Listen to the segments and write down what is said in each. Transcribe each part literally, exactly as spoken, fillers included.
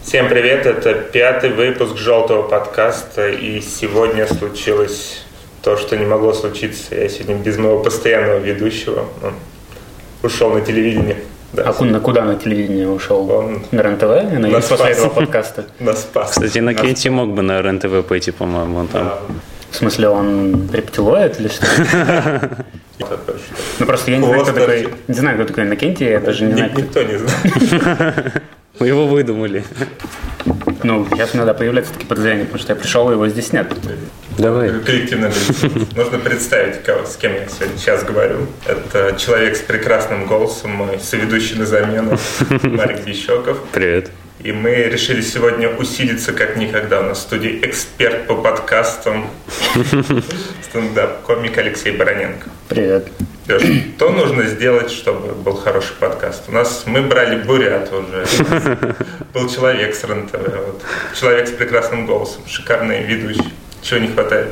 Всем привет, это пятый выпуск «Желтого подкаста», и сегодня случилось то, что не могло случиться. Я сегодня без моего постоянного ведущего он ушел на телевидение. Да. А на куда на телевидение ушел? Он на РЕН-ТВ? На, на после этого подкаста? На Спас. Кстати, на Кенти мог бы на РЕН-ТВ пойти, по-моему, он там. Да. В смысле, он рептилоид или что? Ну просто я не знаю, кто такой. Не знаю, кто такой Иннокентий, я даже не знаю. Никто не знает. Мы его выдумали. Ну, сейчас иногда появляются такие подозрения, потому что я пришел, и его здесь нет. Давай. Коллективно. Нужно представить, кого, с кем я сегодня сейчас говорю. Это человек с прекрасным голосом, мой соведущий на замену, Марик Бещоков. Привет. И мы решили сегодня усилиться как никогда. У нас в студии эксперт по подкастам, стендап-комик Алексей Бароненко. Привет. Леша, что нужно сделать, чтобы был хороший подкаст? У нас мы брали Бурята уже. Был человек с РЕН-ТВ. Вот. Человек с прекрасным голосом, шикарный ведущий. Чего не хватает?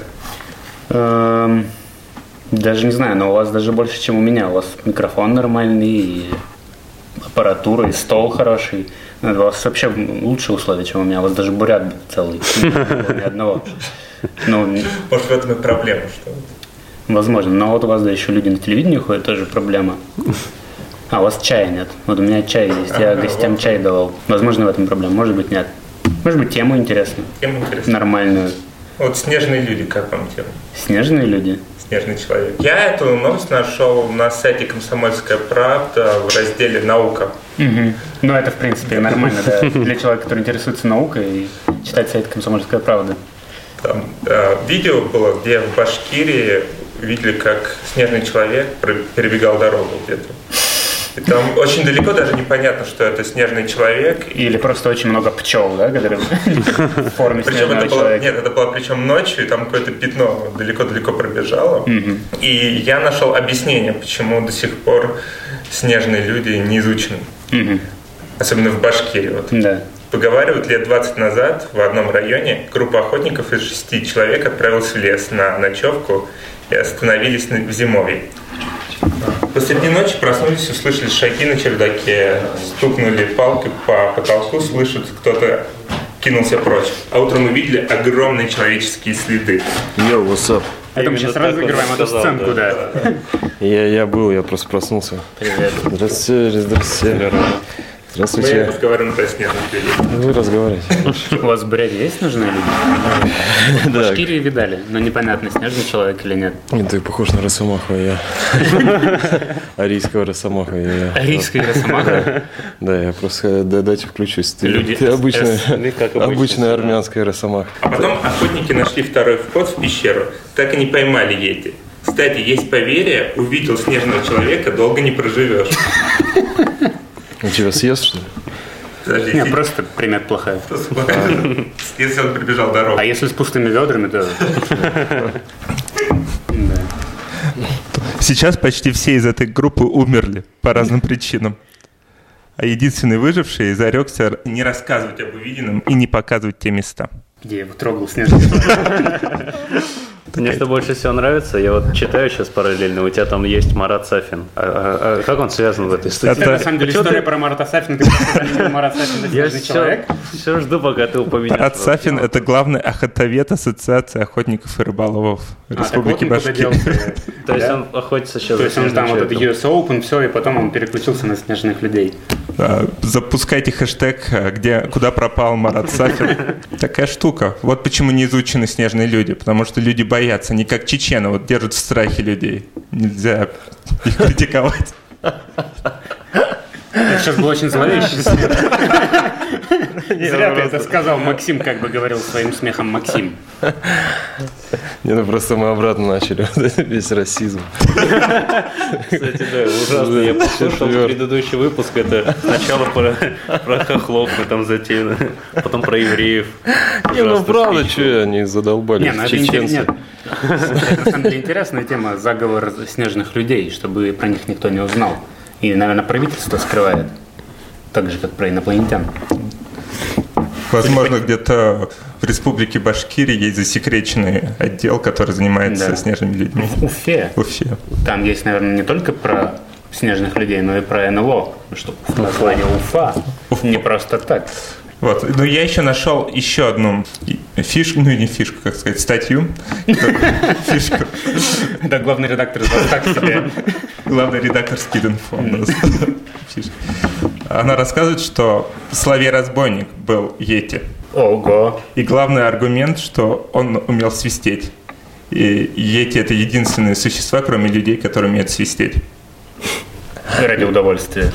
Эм, даже не знаю, но у вас даже больше, чем у меня. У вас микрофон нормальный, и аппаратура, и стол хороший. У вас вообще лучшие условия, чем у меня. У вас даже бурят был целый. Ни одного. Ну, может, в этом и проблема, что ли? Возможно. Но вот у вас, да, еще люди на телевидении ходят, тоже проблема. А, у вас чая нет. Вот у меня чай есть. Я ага, гостям вот. чай давал. Возможно, в этом проблема. Может быть, нет. Может быть, тему интересную. Тему интересную. Нормальную. Вот снежные люди, как вам тема? Снежные люди? Снежный человек. Я эту новость нашел на сайте «Комсомольская правда» в разделе «Наука». Угу. Ну, это, в принципе, нормально, да, для человека, который интересуется наукой, и читать сайт «Комсомольская правда». Там э, видео было, где в Башкирии видели, как снежный человек перебегал дорогу где-то. И там очень далеко даже непонятно, что это снежный человек. Или просто очень много пчел, да, которые в форме снежного человека. Нет, это было причем ночью, и там какое-то пятно далеко-далеко пробежало. И я нашел объяснение, почему до сих пор снежные люди не изучены. Особенно в Башкирии. Вот. Да. Поговаривают, лет двадцать назад в одном районе группа охотников из шести человек отправилась в лес на ночевку и остановились в зимовье. Посреди ночи проснулись, услышали шаги на чердаке, стукнули палкой по потолку, слышат, кто-то кинулся прочь. А утром увидели огромные человеческие следы. Йоу, what's up? Это мы сейчас разыгрываем эту сценку, да. Я, я был, я просто проснулся. Привет. Здравствуйте, здравствуйте. Здравствуйте. Мы разговариваем про снежных людей. Вы разговариваете. У вас в Бурятии есть снежные люди? В Башкирии видали, но непонятно, снежный человек или нет. Нет, ты похож на Росомаху, я. Арийского Росомаха. Арийского Росомаха? Да, я просто дайте включусь. Ты Люди обычная армянская Росомаха. А потом охотники нашли второй вход в пещеру, так и не поймали йети. Кстати, есть поверье, увидел снежного человека, долго не проживешь. Он тебя съест, что ли? Подожди, нет, просто примет плохая. Если он прибежал дорогу. А если с пустыми ведрами, то... Сейчас почти все из этой группы умерли по разным причинам. А единственный выживший зарекся не рассказывать об увиденном и не показывать те места. Где я его трогал снежный человек. Мне что больше всего нравится, я вот читаю сейчас параллельно, у тебя там есть Марат Сафин. А, а, а как он связан в этой истории? Это, на самом деле, история ты... про Марата Сафина. Ты просто Марат Сафин – это снежный человек. Все жду, пока ты упомянешь. Марат Сафин – это главный охотовед Ассоциации охотников и рыболовов Республики Башкирия. То есть он охотится сейчас. То есть он там вот это ю эс Open, все, и потом он переключился на снежных людей. Запускайте хэштег, где, куда пропал Марат Сафин. Такая штука. Вот почему не изучены снежные люди. Потому что люди боятся. Не как чечены, вот держат в страхе людей. Нельзя их критиковать. Это сейчас был очень зловещий смех. Зря ты это сказал. Максим как бы говорил своим смехом Максим. Не, ну просто мы обратно начали весь расизм. Кстати, да, ужасно. Я послушал предыдущий выпуск. Это сначала про, про хохлов мы там затеяли, потом про евреев. Не, ну правда, что они задолбали. Не, ну это интересно. Это на самом деле интересная тема. Заговор снежных людей, чтобы про них никто не узнал. И, наверное, правительство скрывает. Так же, как про инопланетян. Возможно, где-то в Республике Башкирия есть засекреченный отдел, который занимается да. снежными людьми. В Уфе. В Уфе. Там есть, наверное, не только про снежных людей, но и про эн эл о. Что название Уфа не просто так. Вот. Но я еще нашел еще одну фишку, ну не фишку, как сказать, статью. Фишку. Да, главный редактор из вас так себе. Главный редактор Speed.info у нас. Она рассказывает, что Соловей-разбойник был йети. Ого. И главный аргумент, что он умел свистеть. И йети — это единственные существа, кроме людей, которые умеют свистеть. Ради удовольствия.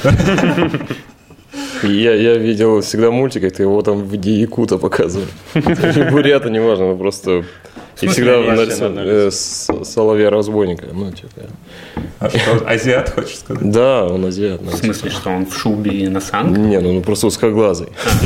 Я, я видел всегда мультик, как его там в виде якута показывали. Бурята, неважно, но просто... И всегда нарисован соловья-разбойника. Ну, типа. А что, азиат, хочешь сказать? Да, он азиат. В смысле, что он в шубе и на санках? Не, ну он просто узкоглазый.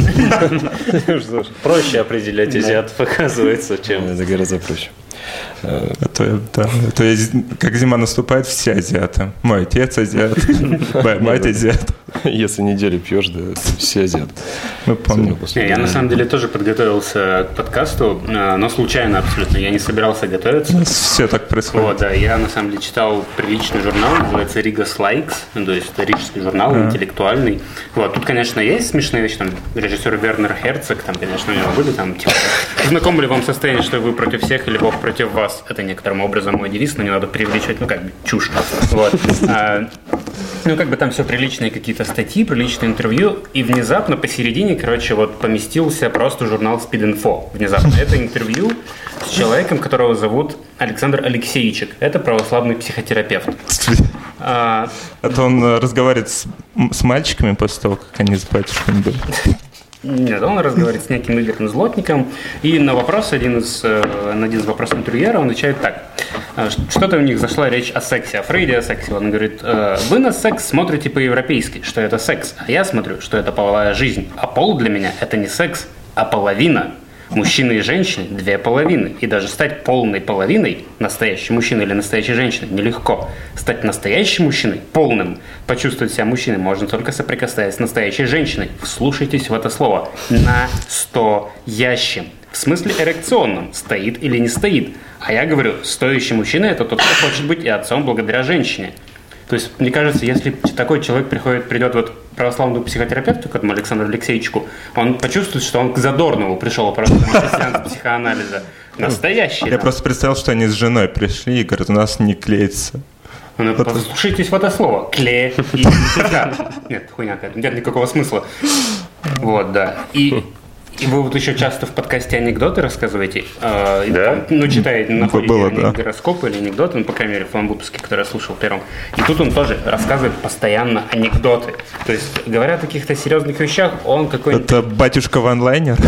Проще определять азиатов, оказывается, чем... Это гораздо проще. А то, я, да, а то я, как зима наступает, все азиаты. Мой отец азиат, моя мать азиат. Если неделю пьешь, да, все азиаты. Мы помним. Не, я на самом деле тоже подготовился к подкасту, но случайно абсолютно. Я не собирался готовиться. Все так происходит. Вот, да, я на самом деле читал приличный журнал, называется Rigas Likes, ну, то есть это рижский журнал, а. интеллектуальный. Вот, тут, конечно, есть смешные вещи, там, режиссер Вернер Херцог, там, конечно, у него были, там, типа, знакомо ли вам состояние, что вы против всех или Бог против вас? Это некоторым образом мой девиз, но не надо преувеличивать, ну, как бы, чушь. Вот. А, ну, как бы там все приличные какие-то статьи, приличные интервью, и внезапно посередине, короче, вот поместился просто журнал Speed.info. Внезапно. Это интервью с человеком, которого зовут Александр Алексеичек. Это православный психотерапевт. А, а то он разговаривает с, с мальчиками после того, как они с батюшками были. Нет, он разговаривает с неким Игорем Злотником, и на вопрос, один из, на один из вопросов интервьюера, он отвечает так. Что-то у них зашла речь о сексе, о Фрейде, о сексе. Он говорит, вы на секс смотрите по-европейски, что это секс, а я смотрю, что это половая жизнь. А пол для меня это не секс, а половина. Мужчины и женщины – две половины. И даже стать полной половиной, настоящей мужчиной или настоящей женщиной, нелегко. Стать настоящим мужчиной, полным, почувствовать себя мужчиной можно только соприкасаясь с настоящей женщиной. Вслушайтесь в это слово. Настоящим. В смысле эрекционном. Стоит или не стоит. А я говорю, стоящий мужчина – это тот, кто хочет быть и отцом благодаря женщине. То есть, мне кажется, если такой человек приходит, придет вот к православному психотерапевту, к этому Александру Алексеевичу, он почувствует, что он к Задорнову пришел, просто на сеанс психоанализа. Настоящий. Я да. просто представил, что они с женой пришли и говорят, у нас не клеится. Ну, вот. Послушайтесь в это слово. Кле и да. Нет, хуйня какая-то. Нет никакого смысла. Вот, да. И... И вы вот еще часто в подкасте анекдоты рассказываете, э, да? там, ну, читаете, находите Было, они, да. гороскопы или анекдоты, ну, по крайней мере, в том выпуске, который я слушал первым. И тут он тоже рассказывает постоянно анекдоты. То есть, говоря о каких-то серьезных вещах, он какой-нибудь... Это батюшка ванлайнер?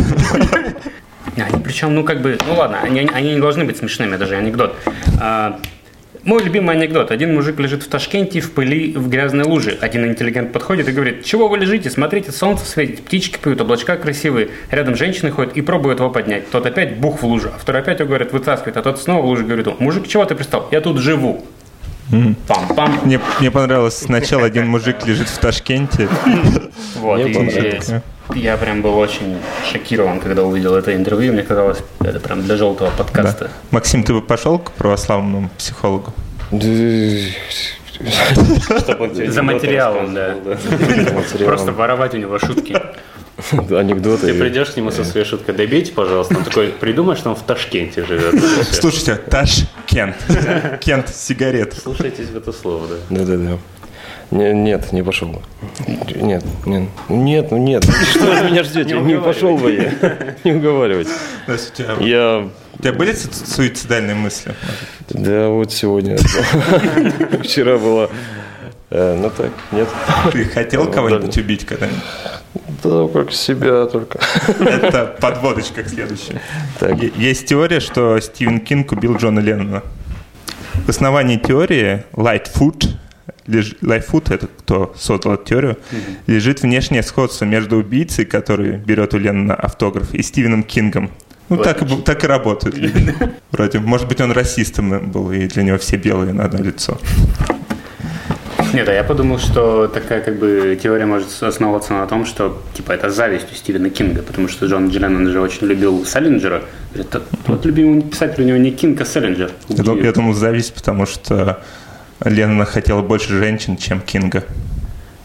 Они причем, ну, как бы, ну, ладно, они, они не должны быть смешными, даже анекдот. А, мой любимый анекдот. Один мужик лежит в Ташкенте в пыли в грязной луже. Один интеллигент подходит и говорит, чего вы лежите, смотрите, солнце светит, птички поют, облачка красивые. Рядом женщины ходят и пробуют его поднять. Тот опять бух в лужу, а второй опять его, говорит, вытаскивает, а тот снова в лужу говорит, мужик, чего ты пристал? Я тут живу. Mm. Пам-пам. Мне, мне понравилось сначала один мужик лежит в Ташкенте. Вот, и я прям был очень шокирован, когда увидел это интервью. Мне казалось, это прям для желтого подкаста. Да. Максим, ты бы пошел к православному психологу? За материалом, да. Просто воровать у него шутки. Анекдоты. Ты придешь к нему со своей шуткой, добейте, пожалуйста. Он такой, придумай, что он в Ташкенте живет. Слушайте, Ташкент. Кент сигарет. Слушайтесь в это слово, да. Да-да-да. Не, нет, не пошел бы. Нет, нет, нет, ну нет. Что вы меня ждете? Не, не пошел бы я. Не уговаривать. Я... У тебя были суицидальные мысли? Да, вот сегодня. Вчера было... Ну так, нет. Ты хотел кого-нибудь убить когда-нибудь? Да, как себя только. Это подводочка к следующей. Есть теория, что Стивен Кинг убил Джона Леннона. В основании теории Lightfoot, Lightfoot, это кто создал эту теорию, mm-hmm. лежит внешнее сходство между убийцей, который берет у Леннона автограф, и Стивеном Кингом. Ну, так, так и работают люди. Вроде, может быть, он расистом был, и для него все белые на одно лицо. Нет, а я подумал, что такая как бы теория может основываться на том, что типа это зависть у Стивена Кинга, потому что Джон Леннон же очень любил Селлинджера. Говорит, вот любимый писатель у него не Кинг, а Селлинджер. Я думаю, я думаю, зависть, потому что Леннона хотела больше женщин, чем Кинга.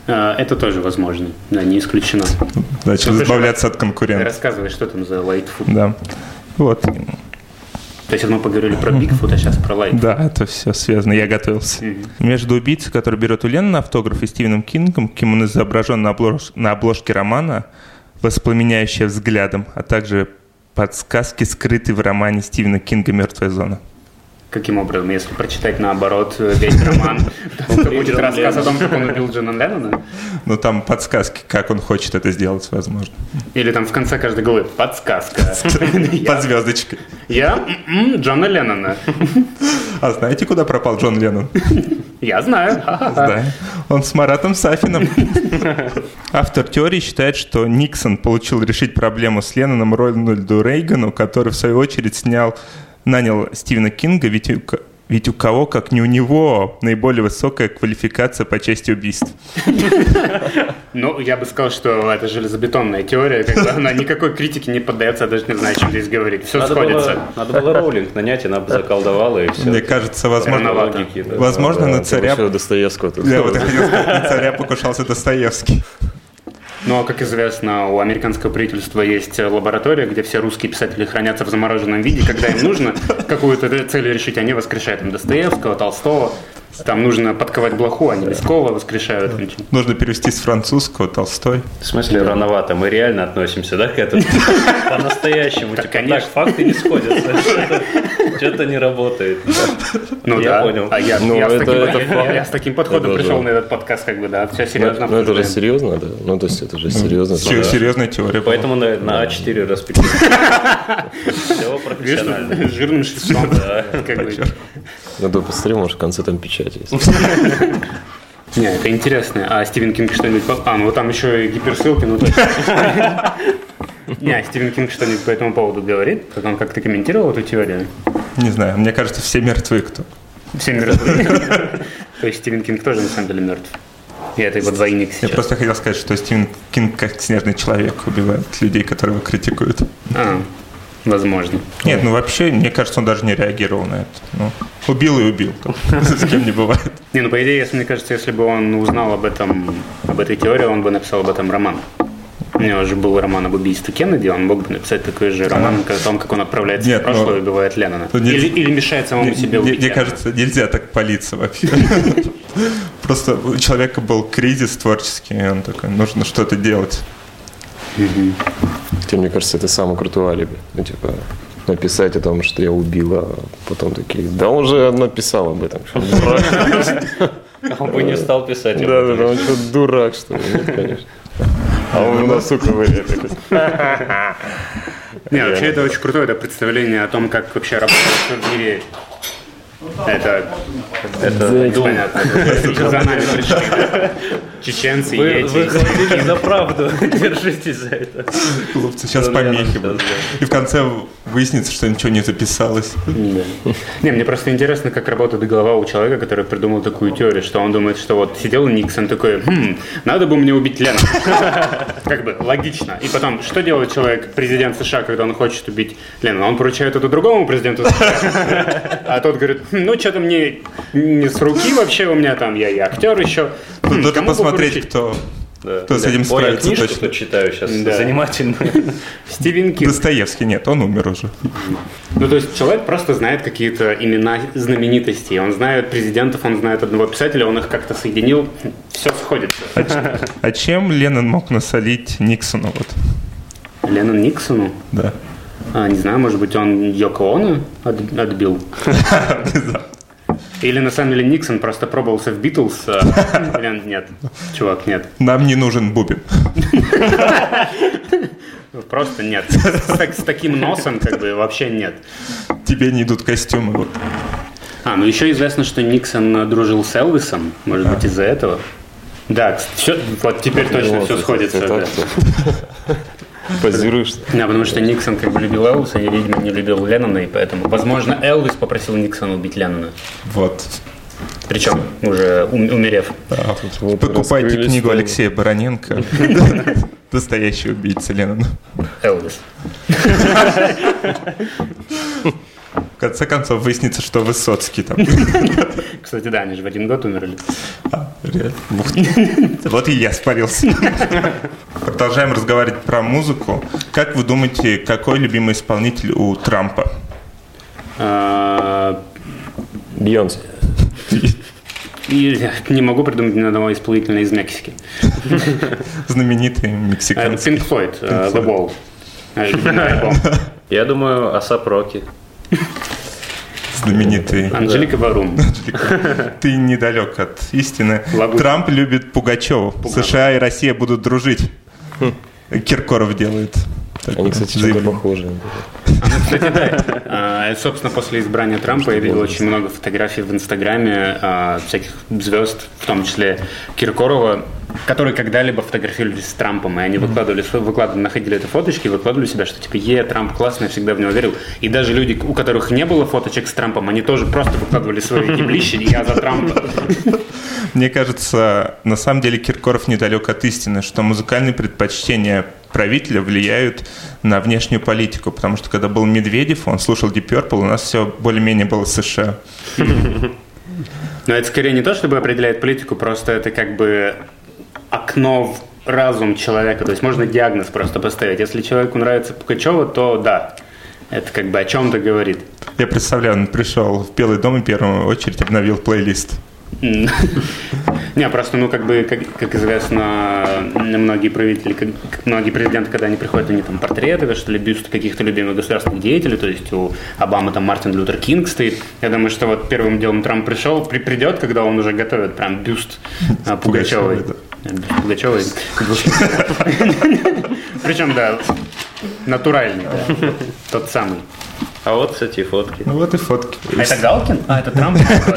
Это тоже возможно, да, не исключено. Значит, ну, избавляться от конкурентов. Рассказывай, что там за Lightfoot. Да, вот. То есть мы поговорили про Бигфут, а сейчас про Lightfoot. Да, это все связано, я готовился. Mm-hmm. Между убийцей, который берет у Леннона автограф, и Стивеном Кингом, кем он изображен на, облож... на обложке романа, воспламеняющая взглядом, а также подсказки, скрытые в романе Стивена Кинга «Мертвая зона». Каким образом? Если прочитать наоборот весь роман, то будет рассказ о том, как он убил Джона Леннона? Ну, там подсказки, как он хочет это сделать, возможно. Или там в конце каждой главы подсказка. Под звездочкой. Я Джона Леннона. А знаете, куда пропал Джон Леннон? Я знаю. Знаю. Он с Маратом Сафиным. Автор теории считает, что Никсон получил решить проблему с Ленноном Рональду Рейгану, который, в свою очередь, снял... нанял Стивена Кинга, ведь у, ведь у кого, как не у него, наиболее высокая квалификация по части убийств. Ну, я бы сказал, что это железобетонная теория, когда она никакой критике не поддается, я даже не знаю, о чем здесь говорить. Все надо сходится. Было, надо было Роулинг нанять, она бы заколдовала, и все. Мне кажется, возможно, логики, да. возможно да, на царя... Достоевского. Я вот хотел сказать, на царя покушался Достоевский. Ну, а как известно, у американского правительства есть лаборатория, где все русские писатели хранятся в замороженном виде. Когда им нужно какую-то цель решить, они воскрешают там Достоевского, Толстого. Там нужно подковать блоху, они Лескова воскрешают. Нужно перевести с французского Толстой. В смысле, рановато? Мы реально относимся, да, к этому? По-настоящему. Так, конечно. Факты не сходятся. Что-то не работает. Ну я да. понял. А я, ну, я, это, с таким, это я, я с таким подходом это пришел да. на этот подкаст, как бы, да, все серьезно. Ну, это же серьезно, да? Ну, то есть это же серьезно. Все, да. Серьезная теория. Поэтому на, на А четыре распечатали. Все профессионально. Жирным шрифтом. Надо посмотреть, может, в конце там печать есть. Не, это интересно. А Стивен Кинг что-нибудь... А, ну там еще и гиперссылки, ну то есть... Не, Стивен Кинг что-нибудь по этому поводу говорит? Как он как-то комментировал эту теорию? Не знаю, мне кажется, все мертвы кто. Все мертвы. То есть Стивен Кинг тоже на самом деле мертв. И это его двойник сейчас. Я просто хотел сказать, что Стивен Кинг как снежный человек убивает людей, которые его критикуют. А, возможно. Нет, ну вообще, мне кажется, он даже не реагировал на это. Ну, убил и убил. С кем не бывает. Не, ну по идее, если, мне кажется, если бы он узнал об этом, об этой теории, он бы написал об этом роман. У него же был роман об убийстве Кеннеди, он мог бы написать такой же роман о том, как он отправляется Нет, в прошлое и убивает Леннона. Или, или мешает самому не, себе убить Мне Леннона. кажется, нельзя так палиться вообще. Просто у человека был кризис творческий, и он такой, нужно что-то делать. Хотя, мне кажется, это самое крутое алиби. Ну, типа, написать о том, что я убил, а потом такие, да он же написал об этом. Он бы не стал писать. Да, да, он что, дурак, что ли? Нет, конечно. А он у нас, сука, вырежет. Не, вообще это очень крутое это представление о том, как вообще работает в мире. Это, это понятно. За нами пришли. Чеченцы, вы, ети. Вы говорите за правду. Держитесь за это. Глупцы, сейчас помехи будут. И в конце выяснится, что ничего не записалось. Да. Не, мне просто интересно, как работает голова у человека, который придумал такую теорию, что он думает, что вот сидел Никсон такой, хм, надо бы мне убить Леннона. Как бы логично. И потом, что делает человек, президент США, когда он хочет убить Леннона? Он поручает это другому президенту США. А тот говорит, ну что-то мне не с руки вообще, у меня там, я и актер еще. Хм, только посмотреть, кто, да. кто с да. этим справится книжку точно. читаю сейчас, да. Занимательно. Стивен Кинг. Достоевский нет, он умер уже. Ну, то есть человек просто знает какие-то имена знаменитостей. Он знает президентов, он знает одного писателя, он их как-то соединил. Все сходится. А, а чем Леннон мог насолить Никсону? Вот? Леннон Никсону? Да. А, не знаю, может быть, он Йоко Оно от, отбил? Или на самом деле Никсон просто пробовался в Битлз? А... Нет, чувак, нет. Нам не нужен бубен. Просто нет. С, с таким носом как бы вообще нет. Тебе не идут костюмы. Вот. А, ну еще известно, что Никсон дружил с Элвисом. Может быть, из-за этого? Да, все, вот теперь точно вот, все сходится. Да. Позируешь? Да, потому что Никсон как бы любил Элвиса, и, видимо, не любил Леннона, и поэтому, возможно, Элвис попросил Никсона убить Леннона. Вот. Причем уже ум- умерев. Да. Вот покупайте книгу там... Алексея Бароненко «Настоящий убийца Леннона». Элвис. В конце концов выяснится, что Высоцкий там. Кстати, да, они же в один год умерли. А, реально? Вот и я спарился. Продолжаем разговаривать про музыку. Как вы думаете, какой любимый исполнитель у Трампа? Бейонсе. И не могу придумать ни одного исполнителя из Мексики. Знаменитый мексиканский. Pink Floyd, uh, The Wall. Альбом. Я думаю, Асап Роки. Знаменитый. Анжелика Варум. Ты недалек от истины. Лагу. Трамп любит Пугачеву. США и Россия будут дружить. Киркоров делает. Они, кстати, чем-то похожи. Ну, кстати, да. И, собственно, после избрания Трампа я видел очень много фотографий в Инстаграме всяких звезд, в том числе Киркорова, которые когда-либо фотографировались с Трампом, и они выкладывали, выкладывали, находили эти фоточки и выкладывали себя, что типа, е, Трамп классный, я всегда в него верил. И даже люди, у которых не было фоточек с Трампом, они тоже просто выкладывали свои еблища, и я за Трампа. Мне кажется, на самом деле Киркоров недалек от истины, что музыкальные предпочтения правителя влияют на внешнюю политику, потому что когда был Медведев, он слушал Deep Purple, у нас все более-менее было США. Но это скорее не то, чтобы определяет политику, просто это как бы окно в разум человека, то есть можно диагноз просто поставить. Если человеку нравится Пугачева, то да, это как бы о чем-то говорит. Я представляю, он пришел в Белый дом и в первую очередь обновил плейлист. Не, просто, ну, как бы, как, как известно, многие правители, как, многие президенты, когда они приходят, они там портреты, что ли, бюсты каких-то любимых государственных деятелей, то есть у Обамы там Мартин Лютер Кинг стоит. Я думаю, что вот первым делом Трамп пришел, при, придет, когда он уже готовит прям бюст а, Пугачевой. Пугачевой. Причем, да, натуральный, да, тот самый. А вот, кстати, фотки. Ну вот и фотки. А это Галкин? А, это Трамп?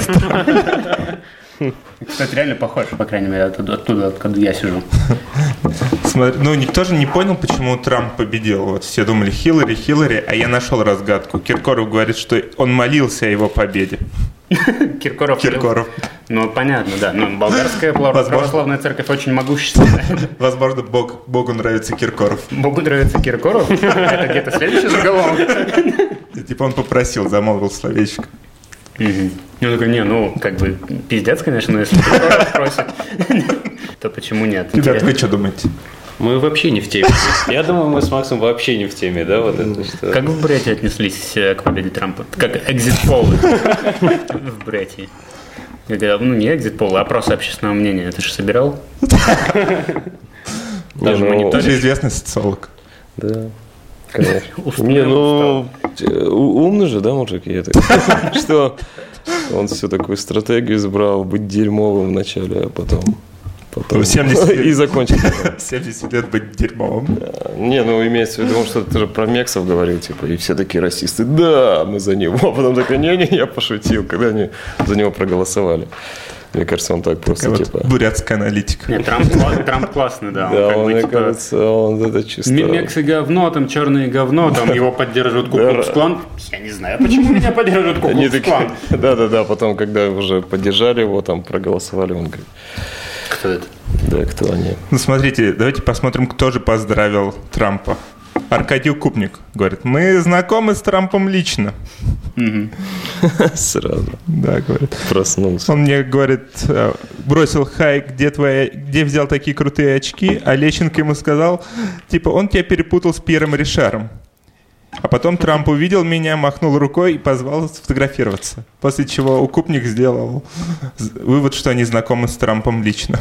Кстати, реально похож, по крайней мере, оттуда, оттуда откуда я сижу. Смотри, ну, никто же не понял, почему Трамп победил. Вот все думали Хиллари, Хиллари, а я нашел разгадку. Киркоров говорит, что он молился о его победе. Киркоров. Киркоров. Ну, понятно, да. Но болгарская православная церковь очень могущественная. Возможно, Бог, Богу нравится Киркоров. Богу нравится Киркоров? Это где-то следующий заголовок. Типа он попросил, замолвил словечко. Угу. Ну, такой, не, ну, как бы, пиздец, конечно, но если Киркоров просит, то почему нет? Ребят, вы что думаете? Мы вообще не в теме. Я думаю, мы с Максом вообще не в теме, да, вот это что. Как в Бурятии отнеслись к победе Трампа? Как экзит-полы в Бурятии? Ну, не экзит-полы, а опрос общественного мнения. Это же собирал? Даже мониторишь. Известный социолог. Да. Конечно. Не, ну, умный же, да, мужик? Что он всю такую стратегию избрал, быть дерьмовым вначале, а потом... Потом и закончить. семьдесят лет быть дерьмовым. Не, ну имеется в виду, что ты же про мексов говорил, типа, и все такие расисты. Да, мы за него. А потом такой, не-не, я пошутил, когда они за него проголосовали. Мне кажется, он так просто, такая типа... Вот бурятская аналитика. Нет, Трамп, Трамп классный, да. Да, он, он, бы, мне типа, кажется, он это чисто... Мексы говно, там черные говно, там его поддерживают Ку-Клукс-Клан. Я не знаю, почему меня поддерживают Ку-Клукс-Клан. Да-да-да, потом, когда уже поддержали его, там проголосовали, он говорит... Кто это? Да, кто они? Ну, смотрите, давайте посмотрим, кто же поздравил Трампа. Аркадий Укупник говорит, мы знакомы с Трампом лично. Сразу. Да, говорит. Проснулся. Он мне говорит, бросил хай, где, твои, где взял такие крутые очки, а Лещенко ему сказал, типа, он тебя перепутал с Пьером Ришаром. А потом Трамп увидел меня, махнул рукой и позвал сфотографироваться. После чего Укупник сделал вывод, что они знакомы с Трампом лично.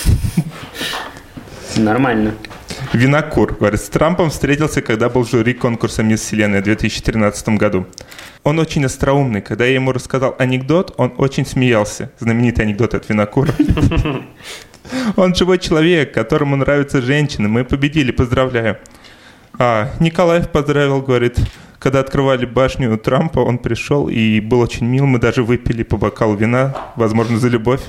Нормально. Винокур, говорит, с Трампом встретился, когда был в жюри конкурса «Мисс Вселенная» в две тысячи тринадцатом году. Он очень остроумный. Когда я ему рассказал анекдот, он очень смеялся. Знаменитый анекдот от Винокура. Он живой человек, которому нравятся женщины. Мы победили, поздравляю. А, Николаев поздравил, говорит, когда открывали башню Трампа, он пришел и был очень мил. Мы даже выпили по бокалу вина, возможно, за любовь.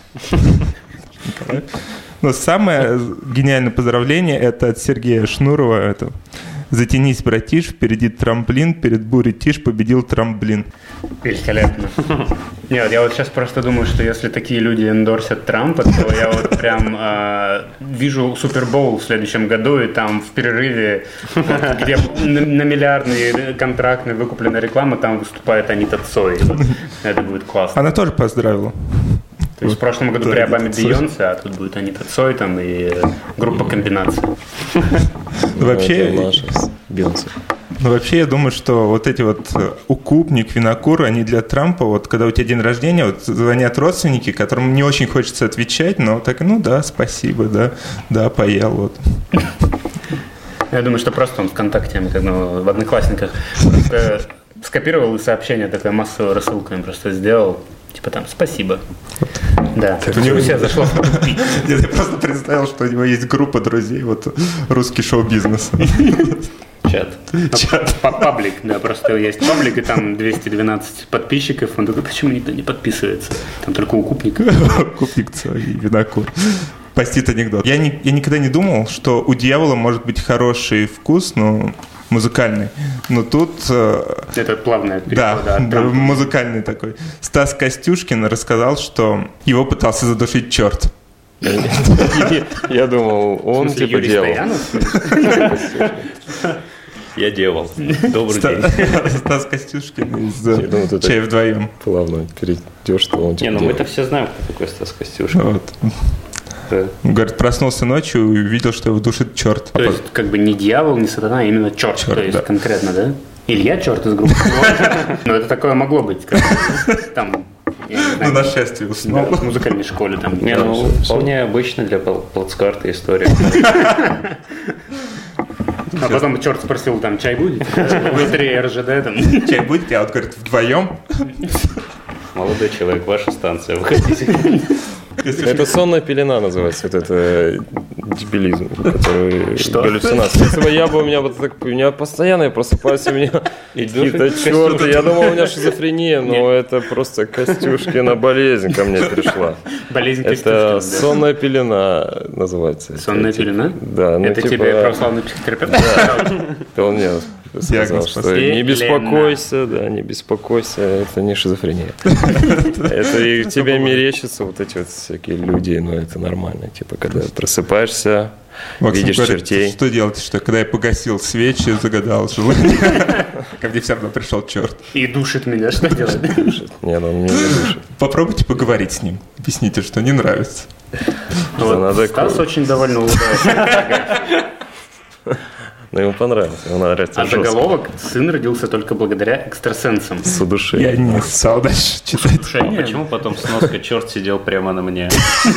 Но самое гениальное поздравление это от Сергея Шнурова. Это «Затянись, братиш, впереди трамплин, перед бурей тишь, победил трамплин». Великолепно. Нет, я вот сейчас просто думаю, что если такие люди эндорсят Трампа, то я вот прям э, вижу Супербоул в следующем году, и там в перерыве, где на, на миллиардный контрактный выкупленная реклама, там выступает Анита Цой. Это будет классно. Она тоже поздравила. То есть в прошлом году при Обаме Бейонсе, а тут будет Анита Цой там и группа комбинаций. Вообще, Бейонсе. Ну, вообще, я думаю, что вот эти вот укупник, винокур, они для Трампа, вот когда у тебя день рождения, вот звонят родственники, которым не очень хочется отвечать, но так, ну да, спасибо, да, да, поел, вот. Я думаю, что просто он ВКонтакте, как ну, в Одноклассниках, просто скопировал и сообщение такое массовую рассылку им просто сделал, типа там «спасибо». Да, у него себя зашло в тупик. Я просто представил, что у него есть группа друзей, вот русский шоу-бизнес. Чат. Чат. Паблик, да, просто есть паблик, и там двести двенадцать подписчиков. Он такой, почему никто не подписывается? Там только укупник. Укупник и винокур. Постит анекдот. Я, не, я никогда не думал, что у дьявола может быть хороший вкус, но музыкальный. Но тут... Это плавное переход. Да, да, музыкальный такой. Стас Костюшкин рассказал, что его пытался задушить черт. Я думал, он типа делал. Я делал. Добрый день. Стас Костюшкин из «Чай вдвоем». Плавно перейдешь, что он типа Не, ну мы-то все знаем, кто такой Стас Костюшкин. Да. Говорит, проснулся ночью и увидел, что его душит черт. То есть, как бы не дьявол, не сатана, а именно черт. черт то есть, да. Конкретно, да? Илья черт из группы. Ну, это такое могло быть. Там, на нашествие уснул. В музыкальной школе там. Не, ну, вполне обычно для плацкарта история. А потом черт спросил, там, чай будет? Вы три эр жэ дэ там. Чай будет? А вот, говорит, вдвоем? Молодой человек, ваша станция, выходите. Это сонная пелена называется, вот это дебилизм, который что? Галлюцинация. Если бы я бы, у меня вот так, у меня постоянно я просыпаюсь, у меня какие-то черты, я думал, у меня шизофрения, но это просто Костюшкина болезнь ко мне пришла. Болезнь Костюшкина. Это сонная пелена называется. Сонная пелена? Да. Это тебе православный психотерапевт? Да, он мне сказал, что не беспокойся, да, не беспокойся, это не шизофрения. Это и тебе мерещатся вот эти вот всякие люди, но это нормально. Типа, когда просыпаешься, видишь чертей. Что делать, что когда я погасил свечи, загадал желание, ко мне все равно пришел черт. И душит меня, что делать? Душит. Нет, он меня не душит. Попробуйте поговорить с ним, объясните, что не нравится. Стас очень довольно улыбается. Но ему понравилось. Ему нравится а жестко. Заголовок «Сын родился только благодаря экстрасенсам». С удушей. Я не стал дальше читать. А почему потом сноска «Черт сидел прямо на мне»?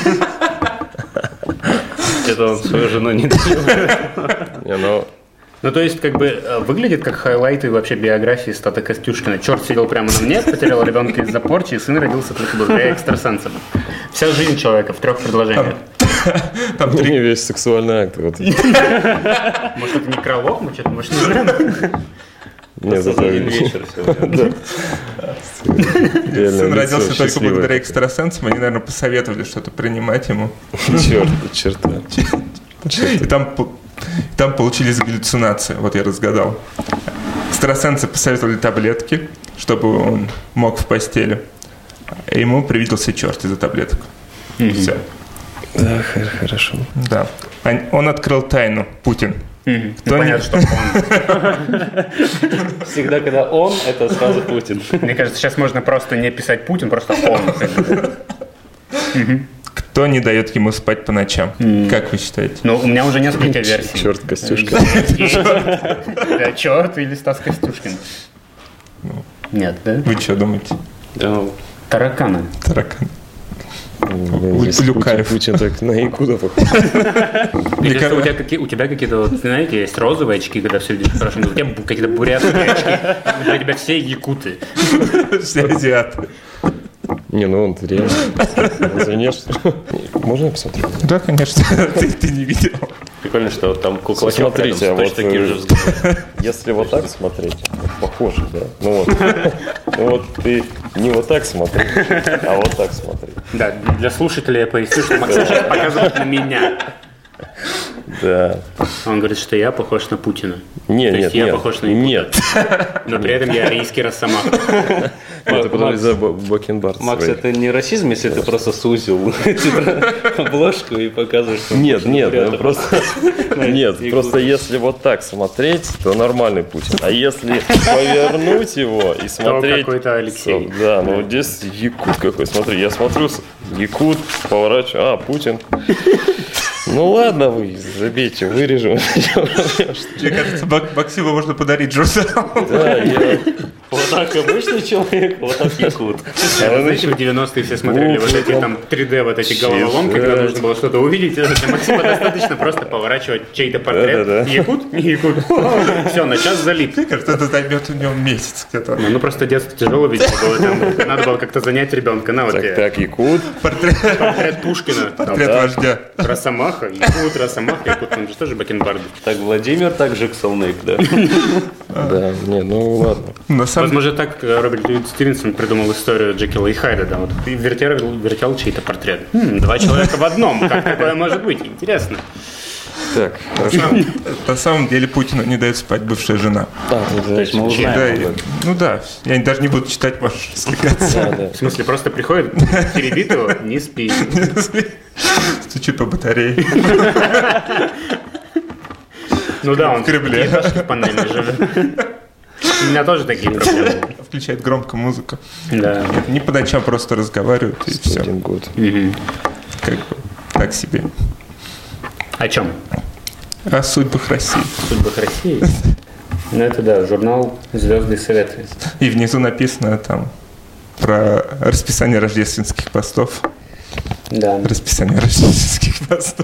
Это он свою жену не делал. Ну, то есть, как бы, выглядит как хайлайты вообще биографии Стаса Костюшкина. Черт сидел прямо на мне, потерял ребенка из-за порчи, и сын родился только благодаря экстрасенсам. Вся жизнь человека в трех предложениях. Там три... Не весь сексуальный акт. Вот. Может, это некролог? Мы что-то, может, не знаем? Нет, это вечер сегодня. Сын родился только благодаря экстрасенсам. Они, наверное, посоветовали что-то принимать ему. Черт, черта. И там... Там получились галлюцинации, вот я разгадал. Экстрасенсы посоветовали таблетки, чтобы он мог в постели. И ему привиделся черт из-за таблеток. Mm-hmm. Все. Да, хорошо. Да. Он открыл тайну. Путин. Mm-hmm. Ну, понятно, что он. Всегда, когда он, это сразу Путин. Мне кажется, сейчас можно просто не писать Путин, просто он. Кто не дает ему спать по ночам? Mm. Как вы считаете? Ну, у меня уже несколько версий. Черт Костюшкин. Да, черт или Стас Костюшкин. Нет, да? Вы что думаете? Тараканы. Тараканы. Люкаев. Путин так на Якуда похож. У тебя какие-то, знаете, есть розовые очки, когда все видишь хорошо. У тебя какие-то бурятские очки. У тебя все якуты. Все азиаты. Не, ну он реально. Извиняешь. Можно я посмотрю? Да, конечно. ты, ты не видел. Прикольно, что там кукла. Смотрите, а вот таким же взглядом. Если вот так смотреть, вот похоже, да. Ну вот, ну вот ты не вот так смотри, а вот так смотри. Да, для слушателей я поясню, что Максим сейчас показывает на меня. Да. Он говорит, что я похож на Путина. Нет, нет, я нет. похож на Якута? Нет. Но при этом я арийский росомаха. Это потому из-за бакенбард. Макс, это не расизм, если ты просто сузил обложку и показываешь, что... Нет, нет, просто... Нет, просто если вот так смотреть, то нормальный Путин. А если повернуть его и смотреть... То какой-то Алексей. Да, ну здесь якут какой. Смотри, я смотрю, якут, поворачиваю, а, Путин. Ну ладно, вы забейте, вырежем. Мне кажется, Максиму можно подарить журнал. Да, я... Вот так обычный человек, вот так якут. Знаете, в девяностые все смотрели вот эти там три дэ, вот эти головоломки, когда нужно было что-то увидеть. Для Максима достаточно просто поворачивать чей-то портрет. Якут? Не якут. Все, на час залип. Мне кажется, это займет у него месяц где-то. Ну просто детство тяжело, видимо, было. Надо было как-то занять ребенка. На вот Так, так, якут. портрет Пушкина. Портрет вождя. Росомаха, якут, Росомаха, якут, он же тоже бакенбарды. Так, Владимир, так же Ксалнык, да? Да, не, ну ладно. Возможно, так Роберт Льюис Стивенсон придумал историю Джекила и Хайда, да, вот вертел, вертел чей-то портрет. Хм, два человека в одном, как такое может быть? Интересно. Так, на самом деле Путину не дает спать бывшая жена. А, То есть мы узнаем. Ну да, я даже не буду читать, можешь развлекаться. В смысле, просто приходит, теребит его, не спи. Стучит по батарее. Ну да, он в Кремле. в панели живет. У меня тоже такие проблемы. Включает громко музыку. Да. Не по ночам просто разговаривают и все. один год. Как бы так себе. О чем? О судьбах России. Судьбах России? Ну это да, журнал «Звезды и советы». И внизу написано там про расписание рождественских постов. Да. Расписание рождественских постов.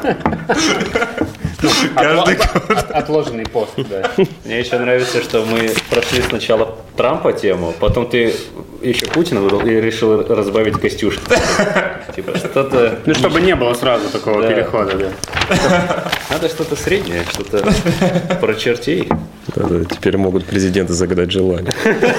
Каждый год. Отложенный пост, да. Мне еще нравится, что мы прошли сначала Трампа тему, потом ты еще Путина выбрал и решил разбавить Костюшку. Типа что-то... Ну, чтобы не было сразу такого перехода, да. Надо что-то среднее, что-то про чертей. Да-да, теперь могут президенты загадать желание.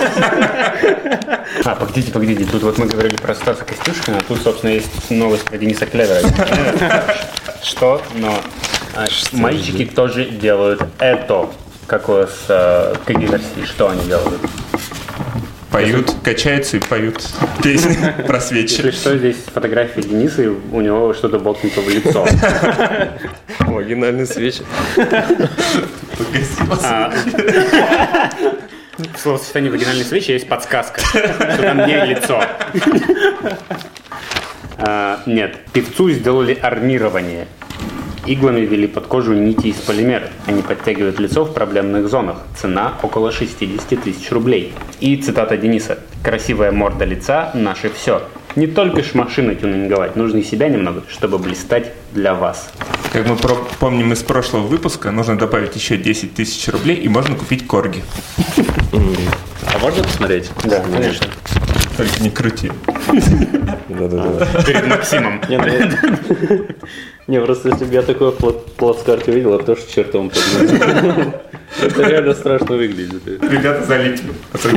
А, погодите, погодите, тут вот мы говорили про Стаса Костюшкина, а тут, собственно, есть новость про Дениса Клявера. Что? Но мальчики тоже делают это. Как у вас, какие версии, что они делают? Поют, качаются и поют песни про свечи. Если что, здесь фотография Дениса, и у него что-то болтнуто в лицо. Вагинальные свечи. В словосочетании «вагинальные свечи» есть подсказка, что там не лицо. А, нет, певцу сделали армирование. Иглами ввели под кожу нити из полимера. Они подтягивают лицо в проблемных зонах. Цена около шестьдесят тысяч рублей. И цитата Дениса. «Красивая морда лица – наше все. Не только ж машины тюнинговать, нужно и себя немного, чтобы блистать для вас». Как мы про- помним из прошлого выпуска, нужно добавить еще десять тысяч рублей, и можно купить корги. А можно посмотреть? Да, конечно. Только не крути. Да-да-да. Перед Максимом. Не, просто если бы я такой плацкарт увидел, я бы тоже чертом подумал. Это реально страшно выглядит. Ребята залипли.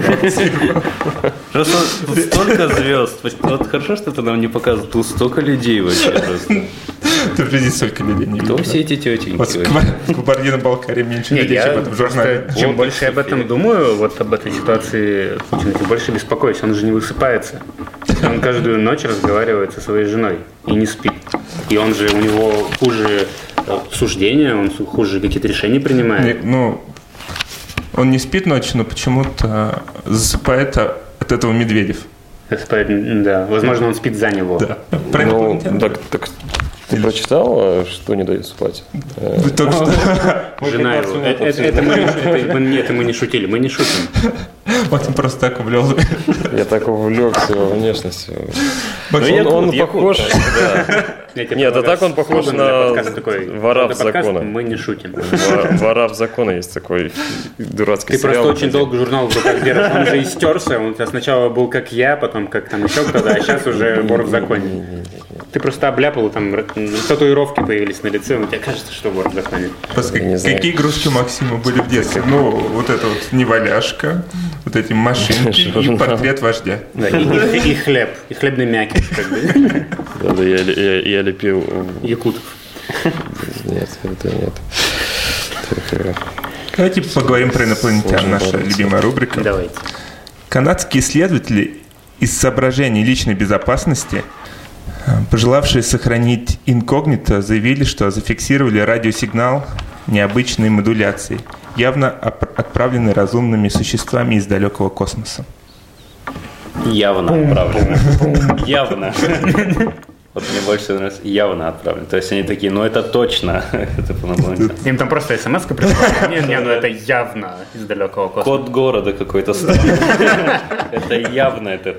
Просто тут столько звезд. Вот хорошо, что ты нам не показывал. Тут столько людей вообще просто. Ты в жизни столько людей не видел. Кто все эти тетеньки? Вот в Кабардино-Балкарии меньше людей, чем в этом журнале. Чем больше я об этом думаю, вот об этой ситуации Путина, тем больше беспокоюсь. Он же не высыпается. Он каждую ночь разговаривает со своей женой и не спит. И он же, у него хуже суждения, он хуже какие-то решения принимает. Ну, он не спит ночью, но почему-то засыпает от этого Медведев. Засыпает, да. Возможно, он спит за него. Да. Ну, так, так ты прочитал, что не дает спать? Вы только что... Жена его. Это, это, это, мы, это, мы, это мы не шутили, мы не шутим. Максим просто так увлел. Я так увлекся его внешностью. Максим, Он, он похож... Да. Нет, а так он похож на такой, вора в законе. Мы не шутим. Вора в законе есть такой дурацкий Ты сериал. Ты просто очень долго журнал в руках держишь. Он же истерся. Он сначала был как я, потом как там еще кто-то, а сейчас уже вор в законе. Ты просто обляпал, там татуировки появились на лице, но тебе кажется, что вор в законе. Какие игрушки Максима были в детстве? Ну, вот это вот неваляшка, вот эти машинки и портрет вождя. Да, и, и, и хлеб, и хлебный мякиш, как бы. Да, да, я, я, я лепил... Якутов. Нет, это нет. Так, Давайте поговорим про инопланетян, наша любимая рубрика. Давайте. Канадские исследователи из соображений личной безопасности, пожелавшие сохранить инкогнито, заявили, что зафиксировали радиосигнал необычной модуляции, явно отправленный разумными существами из далекого космоса. Явно отправлено. Явно. Вот мне больше всего нравится явно отправлено. То есть они такие, ну это точно. Им там просто смс-ка прислали. Не, не, ну это явно из далекого космоса. Код города какой-то странный. Это явно это.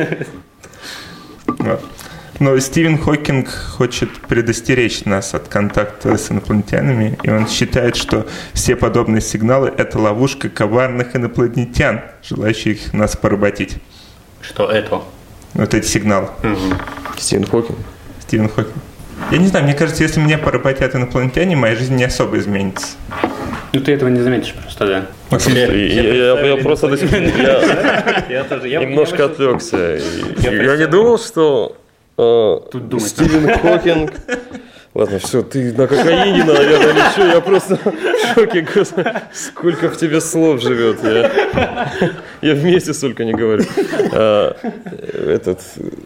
Но Стивен Хокинг хочет предостеречь нас от контакта с инопланетянами, и он считает, что все подобные сигналы – это ловушка коварных инопланетян, желающих нас поработить. Что это? Вот эти сигналы. Угу. Стивен Хокинг. Стивен Хокинг. Я не знаю, мне кажется, если меня поработят инопланетяне, моя жизнь не особо изменится. Ну ты этого не заметишь просто, да. Я, я, я, я просто до сих пор немножко отвлекся. Я не думал, что Тут думать. Стивен Хокинг. Ладно, все, ты на кокаине, наверное, или что? Я просто в шоке. Сколько в тебе слов живет. Я, я вместе столько не говорю. А, этот,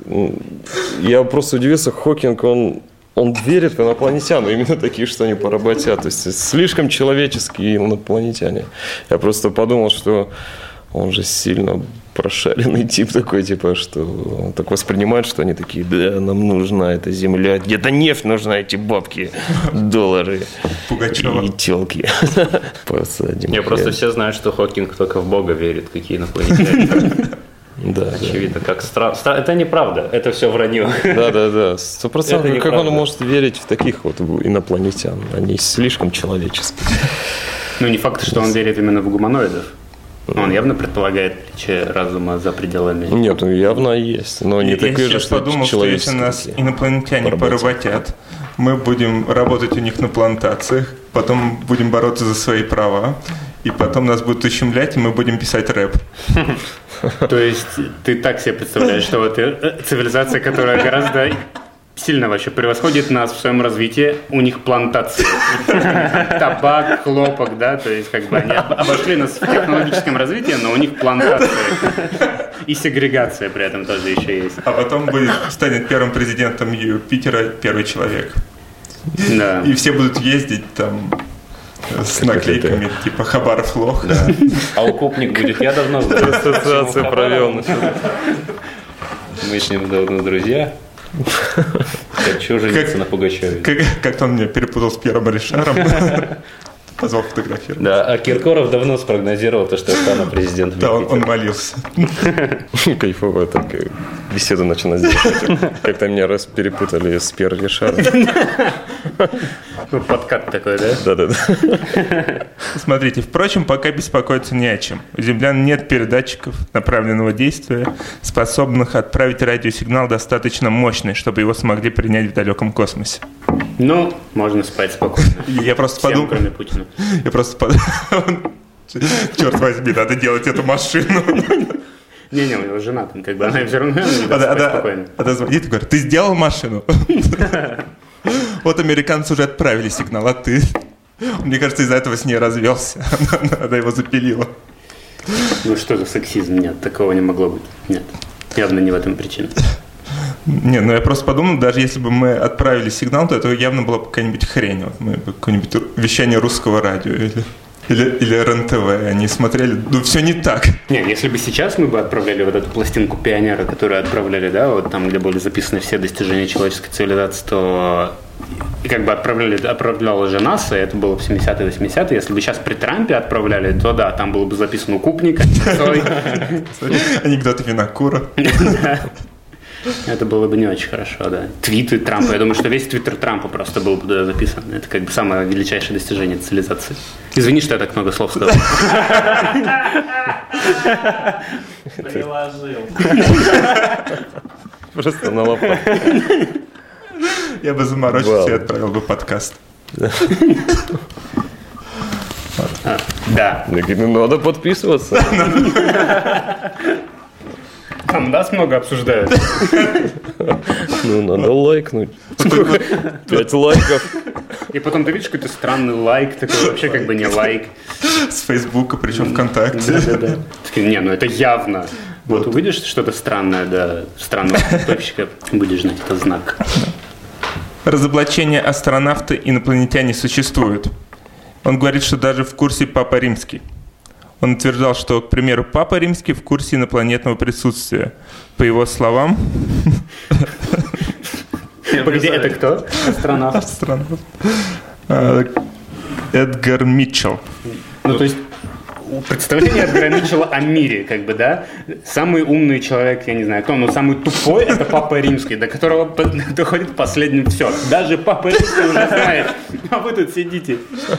я просто удивился, Хокинг, он, он верит в инопланетян, именно такие, что они поработят. То есть слишком человеческие инопланетяне. Я просто подумал, что он же сильно прошаренный тип такой, типа, что он так воспринимает, что они такие, да, нам нужна эта земля, где-то нефть нужна, эти бабки, доллары Пугачева. И телки. Посадим. Не, просто все знают, что Хокинг только в Бога верит, какие инопланетяне. Да, очевидно, как странно. Это неправда, это все вранье. Да, да, да, сто процентов. Как он может верить в таких вот инопланетян? Они слишком человеческие. Ну, не факт, что он верит именно в гуманоидов. Он явно предполагает наличие разума за пределами. Нет, он явно есть, но не я такой же, сейчас что подумал, что если нас инопланетяне поработят, мы будем работать у них на плантациях, потом будем бороться за свои права, и потом нас будут ущемлять, и мы будем писать рэп. То есть ты так себе представляешь, что вот цивилизация, которая гораздо сильно вообще превосходит нас в своем развитии, у них плантации. Табак, хлопок, да, то есть как бы они обошли нас в технологическом развитии, но у них плантации. И сегрегация при этом тоже еще есть. А потом будет, станет первым президентом Юпитера первый человек. Да. И все будут ездить там с наклейками типа Хабаров лох. Да. А укупник будет, я давно знаю. Ассоциацию провел. Мы с ним давно друзья. Хочу жениться как, на Пугачеве. Как, как-то он меня перепутал с Пьером Ришаром. Позвал фотографировать. Да, а Киркоров давно спрогнозировал то, что я стану президентом. Да, он, он молился. Кайфово так беседу начала сделать. Как-то меня раз перепутали с Пьером Ришаром. Ну, подкат такой, да? Да-да-да. Смотрите, впрочем, пока беспокоиться не о чем. У землян нет передатчиков направленного действия, способных отправить радиосигнал достаточно мощный, чтобы его смогли принять в далеком космосе. Ну, можно спать спокойно. Я просто Всем, подумал... кроме Путина. Я просто подумал... Черт возьми, надо делать эту машину. Не-не, у него жена там, как бы, она все равно не даст спать спокойно. Она звонит и говорит, ты сделал машину? Вот американцы уже отправили сигнал, а ты? Мне кажется, из-за этого с ней развелся. Она его запилила. Ну что за сексизм? Нет, такого не могло быть. Нет, явно не в этом причина. Не, ну я просто подумал, даже если бы мы отправили сигнал, то это явно была бы какая-нибудь хрень. Вот мы бы какое-нибудь вещание русского радио или, или, или эр эн тэ вэ. Они смотрели, ну все не так. Не, если бы сейчас мы бы отправляли вот эту пластинку «Пионера», которую отправляли, да, вот там, где были записаны все достижения человеческой цивилизации, то и как бы отправляли, отправляла же НАСА, это было в семидесятые, восьмидесятые. Если бы сейчас при Трампе отправляли, то да, там было бы записан укупник, анекдоты Винокура. Это было бы не очень хорошо, да. Твиты Трампа. Я думаю, что весь твиттер Трампа просто был бы туда записан. Это как бы самое величайшее достижение цивилизации. Извини, что я так много слов сказал. Приложил. Просто на лопату. Я бы заморочился и отправил бы подкаст. Да. Ну, надо подписываться. Там нас много обсуждают. Ну, надо лайкнуть. Сколько? Пять лайков. И потом ты видишь какой-то странный лайк, такой вообще как бы не лайк. С Фейсбука, причем ВКонтакте. Да-да-да. Не, ну это явно. Вот увидишь что-то странное, да, странного подписчика, будешь знать, это знак. Разоблачение астронавты-инопланетяне существуют. Он говорит, что даже в курсе Папа Римский. Он утверждал, что, к примеру, Папа Римский в курсе инопланетного присутствия. По его словам... Погоди, это кто? Астронавт. Астронавт. Эдгар Митчелл. Ну, то есть, представление Эдгара Митчелла о мире, как бы, да? Самый умный человек, я не знаю кто, но самый тупой – это Папа Римский, до которого доходит последним все. Даже Папа Римский уже знает, а вы тут сидите.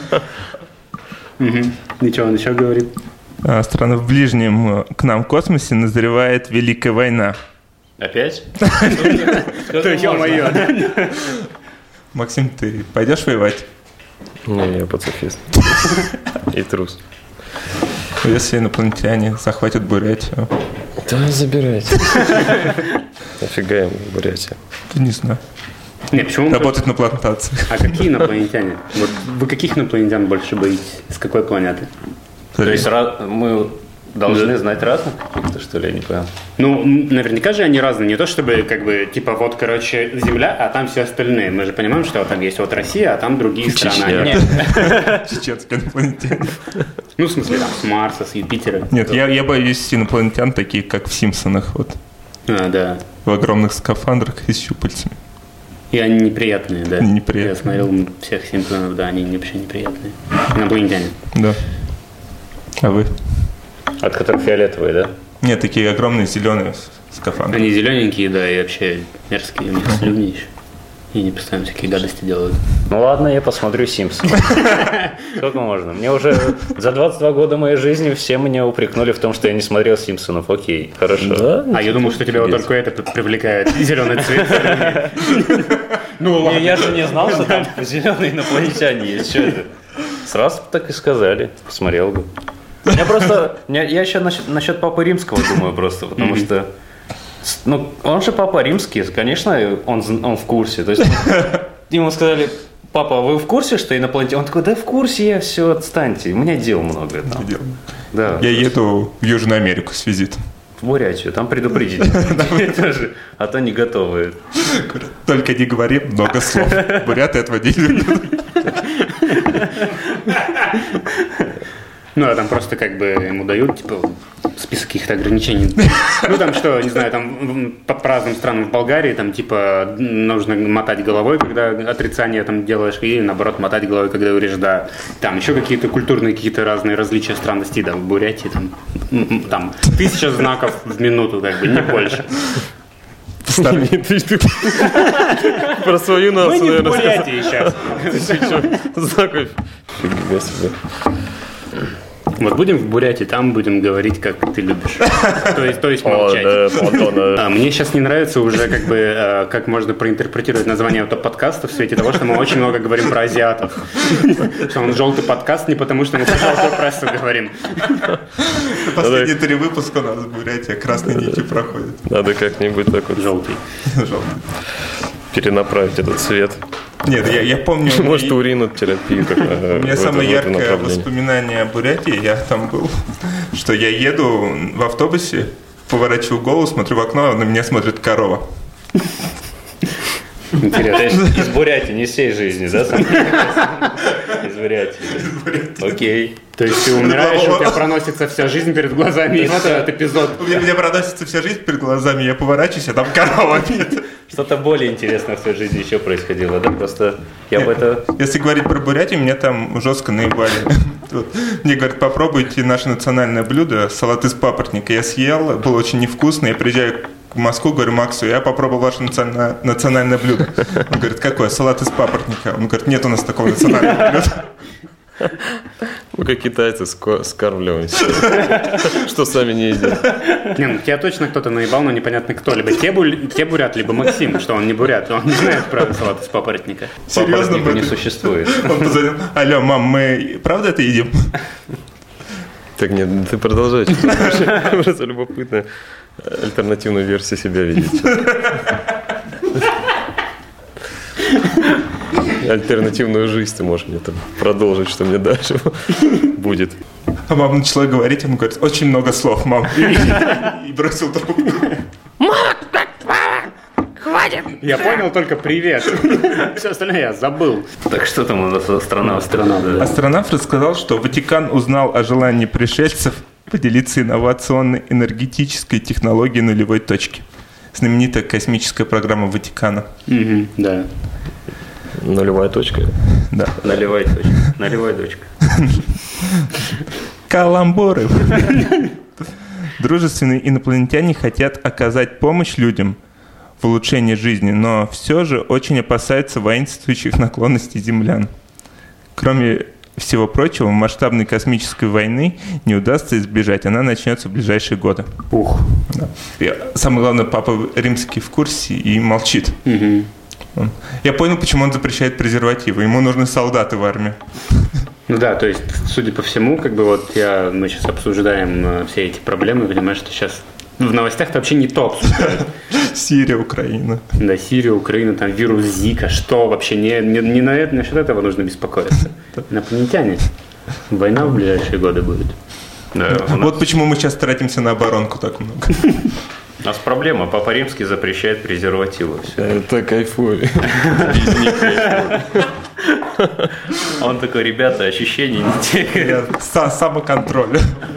И что он еще говорит? Страна в ближнем к нам космосе назревает Великая война. Опять? То ё-моё. Максим, ты пойдешь воевать? Не, я пацифист. И трус. Если инопланетяне захватят Бурятию. Да, забирайте. Нафига им Бурятия? Не знаю. Не, почему? Работать на плантации. А какие инопланетяне? Вот вы каких инопланетян больше боитесь? С какой планеты? То есть мы должны знать разных каких-то, что ли, я не понял. Ну, наверняка же они разные. Не то чтобы, как бы, типа, вот, короче, Земля, а там все остальные. Мы же понимаем, что там есть вот Россия, а там другие страны. Чеченские инопланетяне. Ну, в смысле, там, с Марса, с Юпитера. Нет, я, я боюсь инопланетян, такие, как в «Симпсонах», вот. А, да. В огромных скафандрах и с щупальцами. И они неприятные, да. Они неприятные. Я смотрел всех «Симпсонов», да, они вообще неприятные. Инопланетяне. Да. А вы? От которых фиолетовые, да? Нет, такие огромные зеленые скафандры. Они зелененькие, да, и вообще мерзкие, у них слюни еще. И они постоянно всякие гадости делают. Ну ладно, я посмотрю «Симпсонов». Сколько можно? Мне уже за двадцать два года моей жизни все меня упрекнули в том, что я не смотрел «Симпсонов». Окей, хорошо. Да? А я думал, что тебя вот только это привлекает. Зеленый цвет. Ну ладно. Я же не знал, что там зеленые инопланетяне есть. Что это? Сразу так и сказали. Посмотрел бы. Я просто... Я еще насчет, насчет Папы Римского думаю просто, потому что... Ну, он же Папа Римский, конечно, он, он в курсе. То есть ему сказали: папа, вы в курсе, что инопланетяне? Он такой: да в курсе я, все, отстаньте, у меня дел много там. Дел. Да. Я еду в Южную Америку с визитом. В Бурятию, там предупредить. А то не готовы. Только не говори много слов. Буряты этого не любят. Ну, а там просто как бы ему дают, типа, список каких-то ограничений. Ну, там что, не знаю, там по разным странам в Болгарии, там, типа, нужно мотать головой, когда отрицание там делаешь, и, наоборот, мотать головой, когда говоришь «да». Там еще какие-то культурные, какие-то разные различия странностей, да, в Бурятии, там, там, тысяча знаков в минуту, как бы, не больше. Про свою нацию, наверное, мы не в Бурятии сейчас. Знаков. Фига себе. Вот будем в Бурятии, там будем говорить, как ты любишь. То есть, то есть молчать. О, да, а, мне сейчас не нравится уже, как бы, как можно проинтерпретировать название этого подкаста в свете того, что мы очень много говорим про азиатов. Что он желтый подкаст не потому, что мы про желтую прессу говорим. Последние три выпуска у нас в Бурятии красной нитью проходят. Надо как-нибудь так вот желтый. перенаправить этот цвет. Нет, я, я помню... Может, уринотерапию. У меня самое яркое воспоминание о Бурятии, я там был, что я еду в автобусе, поворачиваю голову, смотрю в окно, а на меня смотрит корова. Интересно. Из Бурятии, не всей жизни, да? Из Бурятии. Окей. То есть ты умираешь, у тебя проносится вся жизнь перед глазами, и вот этот эпизод. У меня проносится вся жизнь перед глазами, я поворачиваюсь, а там корова нет. Что-то более интересное в своей жизни еще происходило, да? Просто я бы это... Если говорить про Бурятию, меня там жестко наебали. Мне говорят, попробуйте наше национальное блюдо, салат из папоротника. Я съел, было очень невкусно, я приезжаю в Москву, говорю Максу, я попробовал ваше национальное, национальное блюдо. Он говорит, какое? Салат из папоротника. Он говорит, нет у нас такого национального блюда. Мы как китайцы скармливаемся, что сами не едим. Не, ну тебя точно кто-то наебал, но непонятно кто. Либо те, те бурят, либо Максим, что он не бурят, он не знает про салат из папоротника. Серьезно? Папоротника не существует. Он позвонил, алло, мам, мы правда это едим? Так нет, ты продолжай. Просто любопытно альтернативную версию себя видеть. альтернативную жизнь ты можешь мне там продолжить, что мне дальше будет. А мама начала говорить, он говорит, очень много слов, мам. И, и бросил трубку. Хватит! Я понял только привет. Все остальное я забыл. Так что там у нас астронавт? Астронавт, да. Астронавт рассказал, что Ватикан узнал о желании пришельцев поделиться инновационной энергетической технологией нулевой точки. Знаменитая космическая программа Ватикана. Угу, да. Нулевая точка? Да. Наливай точка. Наливай точка. Каламбуры. Дружественные инопланетяне хотят оказать помощь людям в улучшении жизни, но все же очень опасаются воинствующих наклонностей землян. Кроме всего прочего, масштабной космической войны не удастся избежать, она начнется в ближайшие годы. Ух. Да. И самое главное, Папа Римский в курсе и молчит. Угу. Он. Я понял, почему он запрещает презервативы. Ему нужны солдаты в армии. Ну да, то есть, судя по всему, как бы вот я, мы сейчас обсуждаем э, все эти проблемы, понимаешь, что сейчас в новостях-то вообще не то обсуждают. Сирия, Украина. Да, Сирия, Украина, там вирус Зика, что вообще, не, не, не на это, насчет этого нужно беспокоиться. Инопланетяне. Война в ближайшие годы будет. Да, вот почему мы сейчас тратимся на оборонку так много. У нас проблема. Папа Римский запрещает презервативы. Все. Это кайфуй. Он такой, ребята, ощущения не те. Самоконтроль.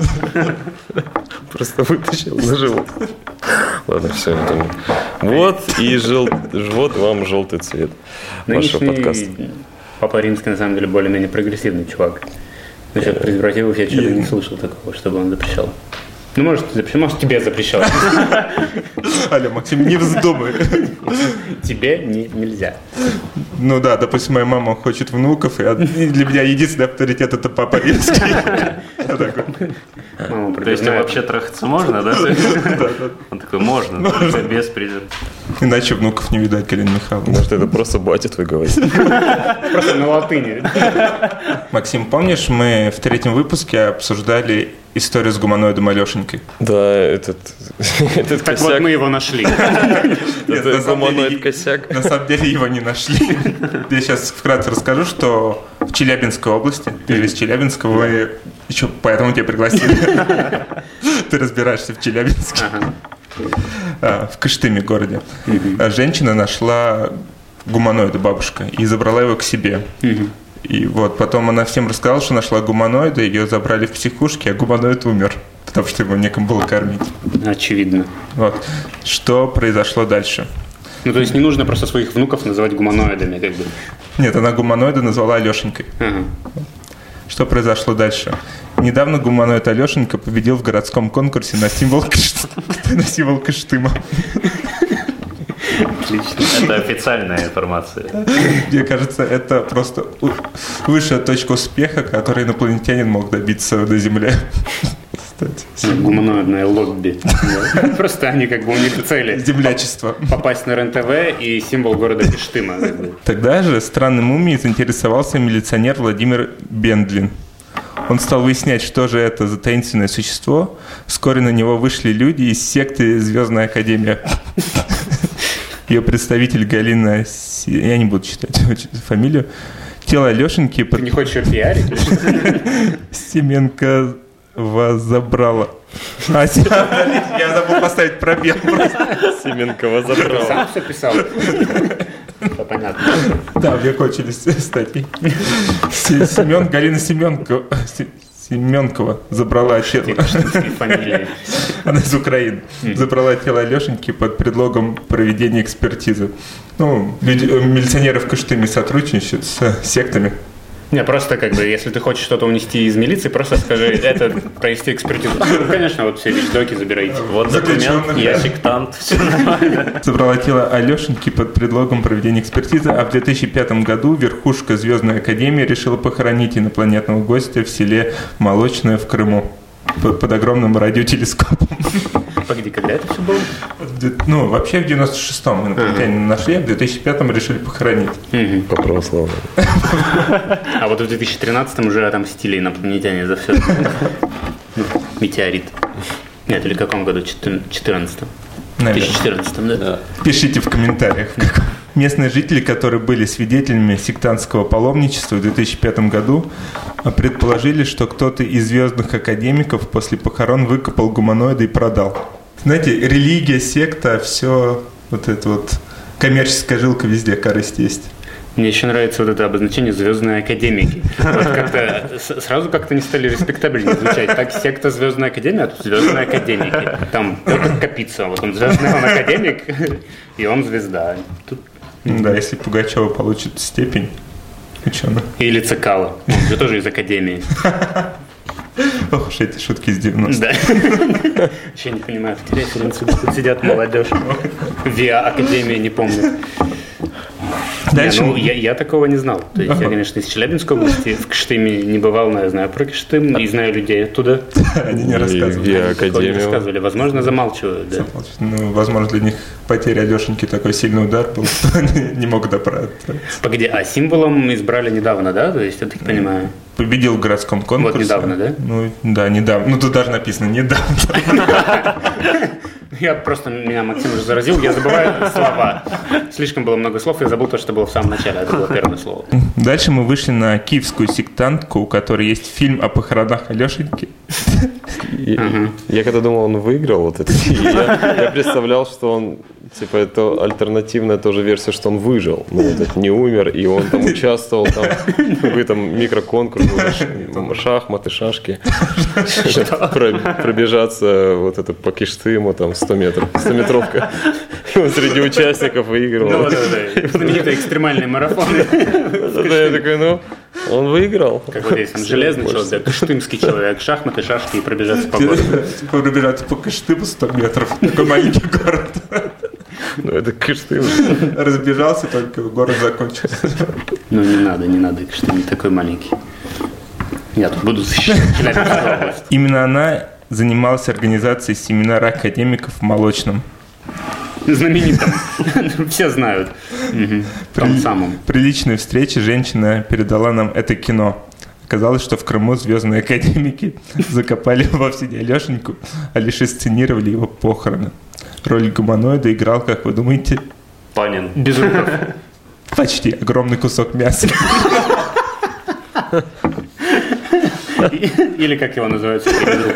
Просто вытащил за живот. Ладно, все. Это... Вот и жел... вот вам желтый цвет вашего подкаста. Папа Римский, на самом деле, более-менее прогрессивный чувак. Насчет презервативов я что-то не слышал такого, чтобы он запрещал. Ну, может, запрещал, может, тебе запрещал. Алло, Максим, не вздумай. Тебе не, нельзя. Ну да, допустим, моя мама хочет внуков, и для меня единственный авторитет – это Папа Римский. То есть вообще трахаться можно, да? Он такой, можно, только без презерватива. Иначе внуков не видать, Галина Михайловна. Может, это просто батя твой говорит. Просто на латыни. Максим, помнишь, мы в третьем выпуске обсуждали историю с гуманоидом Алешенькой? Да, этот, этот так косяк. Вот мы его нашли. Это гуманоид-косяк. На самом деле его не нашли. Я сейчас вкратце расскажу, что в Челябинской области, ты из Челябинска, вы еще поэтому тебя пригласили. Ты разбираешься в Челябинске. В Кыштыме городе. Женщина нашла гуманоида, бабушка, и забрала его к себе. И вот потом она всем рассказала, что нашла гуманоида, ее забрали в психушке, а гуманоид умер, потому что его некому было кормить. Очевидно. Вот. Что произошло дальше? Ну, то есть не нужно просто своих внуков называть гуманоидами, как бы. Нет, она гуманоида назвала Алешенькой. Ага. Что произошло дальше? Недавно гуманоид Алешенька победил в городском конкурсе на символ на символ Кыштыма. Отлично. Это официальная информация. Мне кажется, это просто высшая точка успеха, которой инопланетянин мог добиться на Земле. Гуманоидное лобби. Просто они как бы у них цели. Землячество. Попасть на РЕН-ТВ и символ города Кыштыма. Тогда же странной мумией заинтересовался милиционер Владимир Бендлин. Он стал выяснять, что же это за таинственное существо. Вскоре на него вышли люди из секты «Звездная Академия». Ее представитель Галина, я не буду читать фамилию, тело Алешеньки... Ты не хочешь ее пиарить? Семенко забрала. А, я забыл поставить пробел просто. Семенкова забрала. Сам все писал? Понятно. Да, мне кончились статьи. Семен, Галина Семенко... Семенкова забрала тело. Она из Украины. Mm-hmm. Забрала тело Алешеньки под предлогом проведения экспертизы. Ну, люди, милиционеры в Кыштыме сотрудничают с сектами. Не, просто как бы, если ты хочешь что-то унести из милиции, просто скажи, это провести экспертизу. Ну, конечно, вот все вещдоки забирайте. Вот документ, я сектант, все нормально. Забрала тело Алешеньки под предлогом проведения экспертизы, а в две тысячи пятом году верхушка Звездной Академии решила похоронить инопланетного гостя в селе Молочное в Крыму под, под огромным радиотелескопом. Погоди, когда это все было? Ну, вообще в девяносто шестом инопланетяне uh-huh. нашли, а в две тысячи пятом решили похоронить. Uh-huh. По православному. А вот в две тысячи тринадцатом уже отомстили инопланетяне за все. Метеорит. Нет, или в каком году? четырнадцатом. В две тысячи четырнадцатом, да? Пишите в комментариях. Местные жители, которые были свидетелями сектантского паломничества в две тысячи пятом году, предположили, что кто-то из звездных академиков после похорон выкопал гуманоида и продал. Знаете, религия, секта, все вот это вот коммерческая жилка везде, корысть есть. Мне еще нравится вот это обозначение «звездные академики». Вот как-то, сразу как-то не стали респектабельнее звучать. Так, секта «Звездная академия», а тут «Звездные академики». Там Петр Капица, вот он звездный, он академик, и он звезда. Тут... Да, если Пугачева получит степень ученого. Или Цикало, он же тоже из академии. Ох уж эти шутки из девяностых. Да. Вообще не понимаю, в референсы тут сидят молодежь. ВИА Академия не помню. Дальше... Не, ну, я, я такого не знал. То есть ага. Я, конечно, из Челябинской области в Кыштыме не бывал, но я знаю про Кыштым и знаю людей оттуда. Они не рассказывали. И, Академию. Не рассказывали. Возможно, замалчивают. Да. Ну, возможно, для них потеря Алешеньки такой сильный удар был, что они не могут оправдаться. Погоди, а символом избрали недавно, да? То есть, я так понимаю. Победил в городском конкурсе. Вот недавно, да? Ну, да, недавно. Ну, тут даже написано «недавно». Я просто, меня Максим уже заразил, я забываю слова. Слишком было много слов, я забыл то, что было в самом начале, это было первое слово. Дальше мы вышли на киевскую сектантку, у которой есть фильм о похоронах Алешеньки. Я, я когда думал, он выиграл вот это, я, я представлял, что он, типа, это альтернативная тоже версия, что он выжил, ну, вот это, не умер, и он там участвовал там, в этом микроконкурсе, шахматы, шашки, пробежаться вот это по Кыштыму, там, сто метров, стометровка, и он среди участников выигрывал. Да, да, да, знаменитые экстремальные марафоны. Да, я такой, ну, он выиграл. Как вот есть, он железный человек, кыштымский человек, шахматы, шашки и пробежаться по городу. Пробежаться по Кыштыму сто метров, такой маленький город. Ну, это Кыштым. Разбежался, только город закончился. Ну, не надо, не надо, Кыштым не такой маленький. Я тут буду защищать Челябинскую область. Именно она занималась организацией семинара академиков в Молочном. Знаменитым. Все знают. Угу. Том самым. При личной встрече женщина передала нам это кино. Оказалось, что в Крыму звездные академики закопали вовсе не Алешеньку, а лишь инсценировали его похороны. Роль гуманоида играл, как вы думаете? Панин. Безруков. Почти. Огромный кусок мяса. Или как его называют?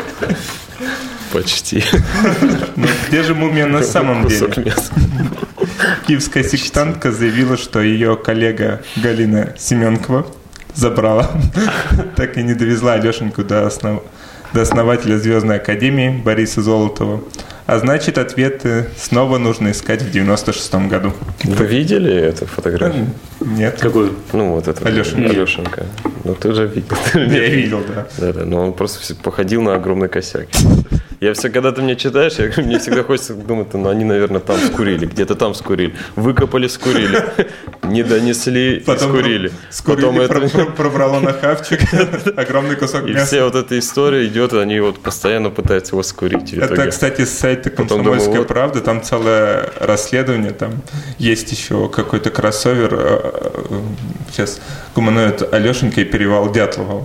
Почти. Но где же мумия на самом деле? Киевская сектантка заявила, что ее коллега Галина Семенкова забрала, так и не довезла Алешеньку до, основ... до основателя Звездной Академии Бориса Золотова. А значит, ответы снова нужно искать в девяносто шестом году. Вы видели эту фотографию? Нет. Какую? Ну, вот эту. Алешенька. Алешенька. Ну, ты же видел. Я видел, да. Да-да, но он просто походил на огромный косяк. Я все, когда ты мне читаешь, я, мне всегда хочется думать, ну, они, наверное, там скурили, где-то там скурили. Выкопали, скурили. Не донесли, потом скурили. Скурили, потом это... пробрало на хавчик, огромный кусок мяса. И вся вот эта история идет, они вот постоянно пытаются его скурить. Это, кстати, с сайта «Комсомольская правда», там целое расследование, там есть еще какой-то кроссовер, сейчас гуманоид Алешенька и перевал Дятлова.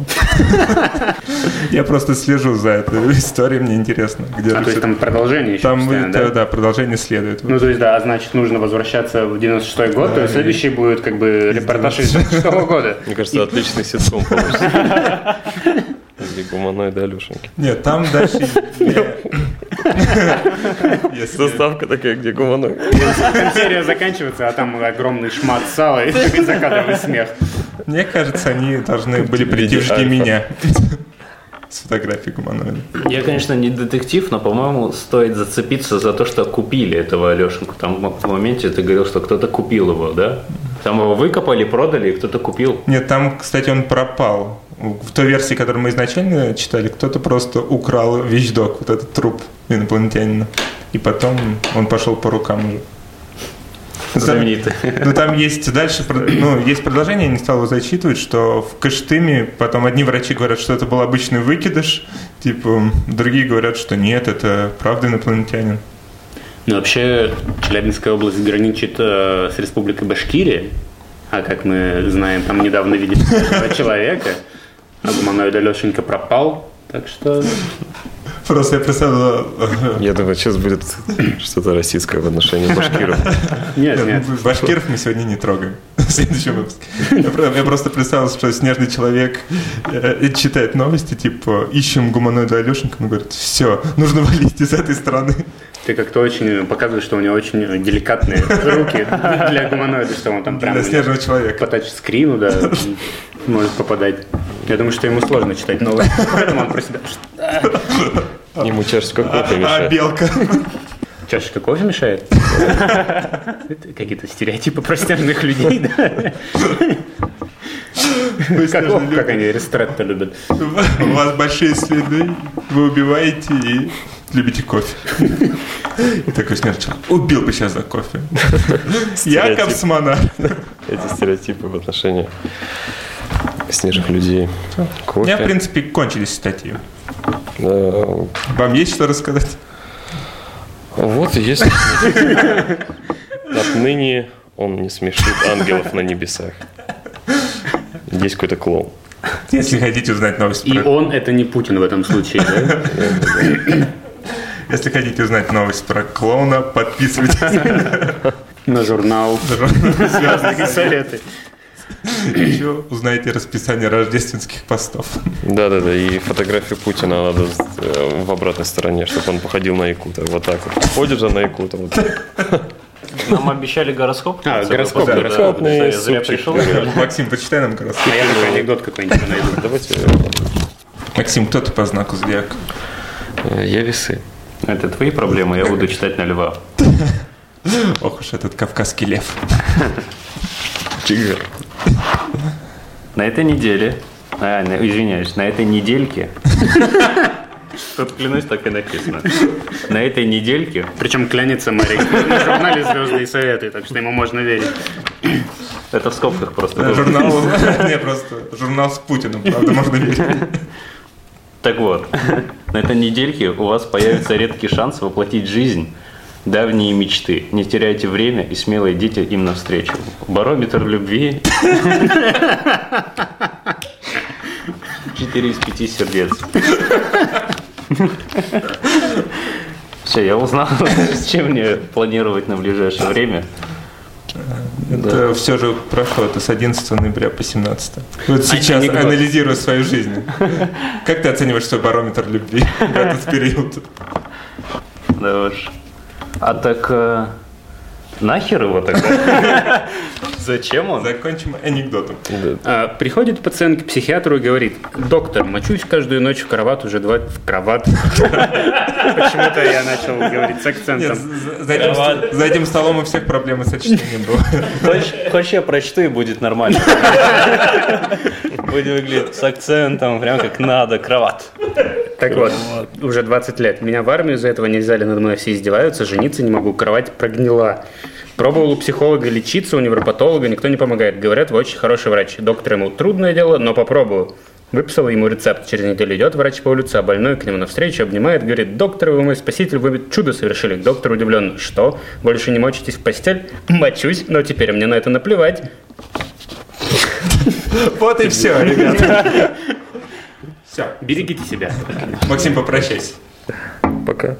Я просто слежу за этой историей, мне интересно. Где а то есть там продолжение еще там постоянно, да? да? Да, продолжение следует. Ну, то есть, да, значит, нужно возвращаться в девяносто шестой год, да, то есть следующий будет как бы репортаж из девяносто шестого года. Мне кажется, отличный ситком получится. Где гуманоид Алешеньки. Нет, там дальше... Заставка такая, где гуманоид. Серия заканчивается, а там огромный шмат сала и закадровый смех. Мне кажется, они должны были прийти в «Жди меня». С фотографией гуманоида. Я, конечно, не детектив, но, по-моему, стоит зацепиться за то, что купили этого Алешеньку. Там в моменте ты говорил, что кто-то купил его, да? Там его выкопали, продали, и кто-то купил. Нет, там, кстати, он пропал. В той версии, которую мы изначально читали, кто-то просто украл вещдок, вот этот труп инопланетянина. И потом он пошел по рукам уже. Знаменитый. Ну, там есть дальше, ну, есть продолжение, я не стал его зачитывать, что в Кыштыме потом одни врачи говорят, что это был обычный выкидыш, типа, другие говорят, что нет, это правда инопланетянин. Ну, вообще, Челябинская область граничит э, с Республикой Башкирия, а как мы знаем, там недавно видели человека, а гуманоид Алешенька пропал, так что... Просто я представил... Я думаю, сейчас будет что-то российское в отношении башкиров. Нет, нет. Башкиров мы сегодня не трогаем. В следующем выпуске. Я просто представил, что снежный человек читает новости, типа, ищем гуманоида Алешенька, он говорит, все, нужно валить из этой страны. Ты как-то очень показываешь, что у него очень деликатные руки для гуманоида, что он там прям... Для снежного человека. По тачскрину, да, может попадать. Я думаю, что ему сложно читать новости, поэтому он про себя... Ему чашечка кофе А мешает. белка? Чашечка кофе мешает? Какие-то стереотипы про снежных людей, да? Как, как они ристретто любят. У вас большие следы, вы убиваете и любите кофе. И такой снежный человек, убил бы сейчас за кофе. Я капсмана. Эти стереотипы в отношении снежных людей. У меня, в принципе, кончились статьи. Да. Вам есть что рассказать? Вот и есть. Отныне он не смешит ангелов на небесах. Есть какой-то клоун. Если хотите узнать новость И про... он это не Путин в этом случае, да? Если хотите узнать новость про клоуна, подписывайтесь На журнал «Звездные советы». Еще узнаете расписание рождественских постов. Да-да-да, и фотографию Путина надо в обратной стороне, чтобы он походил на якута. Вот так вот. Ходит же на якута. Вот. Нам обещали гороскоп. А, гороскоп, да, гороскоп. да, я зря пришел. Максим, почитай нам гороскоп. А я такой анекдот какой-нибудь найду. Давайте. Максим, кто ты по знаку зодиака? Я весы. Это твои проблемы, я буду читать на льва. Ох уж этот кавказский лев. Тигр. На этой неделе, а, на- извиняюсь, на этой недельке, тут, клянусь, так и написано. На этой недельке Причем клянется Марик на журнале «Звездные советы», так что ему можно верить. это в скобках просто было. Журнал, не, просто журнал с Путиным, правда, можно верить. Так вот, на этой недельке у вас появится редкий шанс воплотить в жизнь давние мечты. Не теряйте время и смело идите им навстречу. Барометр любви. Четыре из пяти сердец. Все, я узнал, с чем мне планировать на ближайшее время. Это все же прошло, это с одиннадцатого ноября по семнадцатое. Вот сейчас, анекдот. анализируя свою жизнь, как ты оцениваешь свой барометр любви в этот период? Да уж. А так э, нахер его тогда? Зачем он? Закончим анекдотом. А, приходит пациент к психиатру и говорит: доктор, мочусь каждую ночь в кровать уже два... В кровать? Почему-то я начал говорить с Нет, акцентом. за, за этим, ст- за этим столом у всех проблемы с очищением было. Хочешь, хочешь, я прочту и будет нормально. Будет выглядеть с акцентом, прям как надо, кровать. Так вот, уже двадцать лет. Меня в армию из-за этого не взяли, надо мной все издеваются, жениться не могу, кровать прогнила. Пробовал у психолога лечиться, у невропатолога, никто не помогает. Говорят, вы очень хороший врач. Доктор ему: трудное дело, но попробую. Выписал ему рецепт. Через неделю идет врач по улице, а больной к нему навстречу, обнимает, говорит: доктор, вы мой спаситель, вы ведь чудо совершили. Доктор удивлен: что? Больше не мочитесь в постель? Мочусь, но теперь мне на это наплевать. Вот и все, ребята. Все. Берегите себя. Максим, попрощайся. Пока.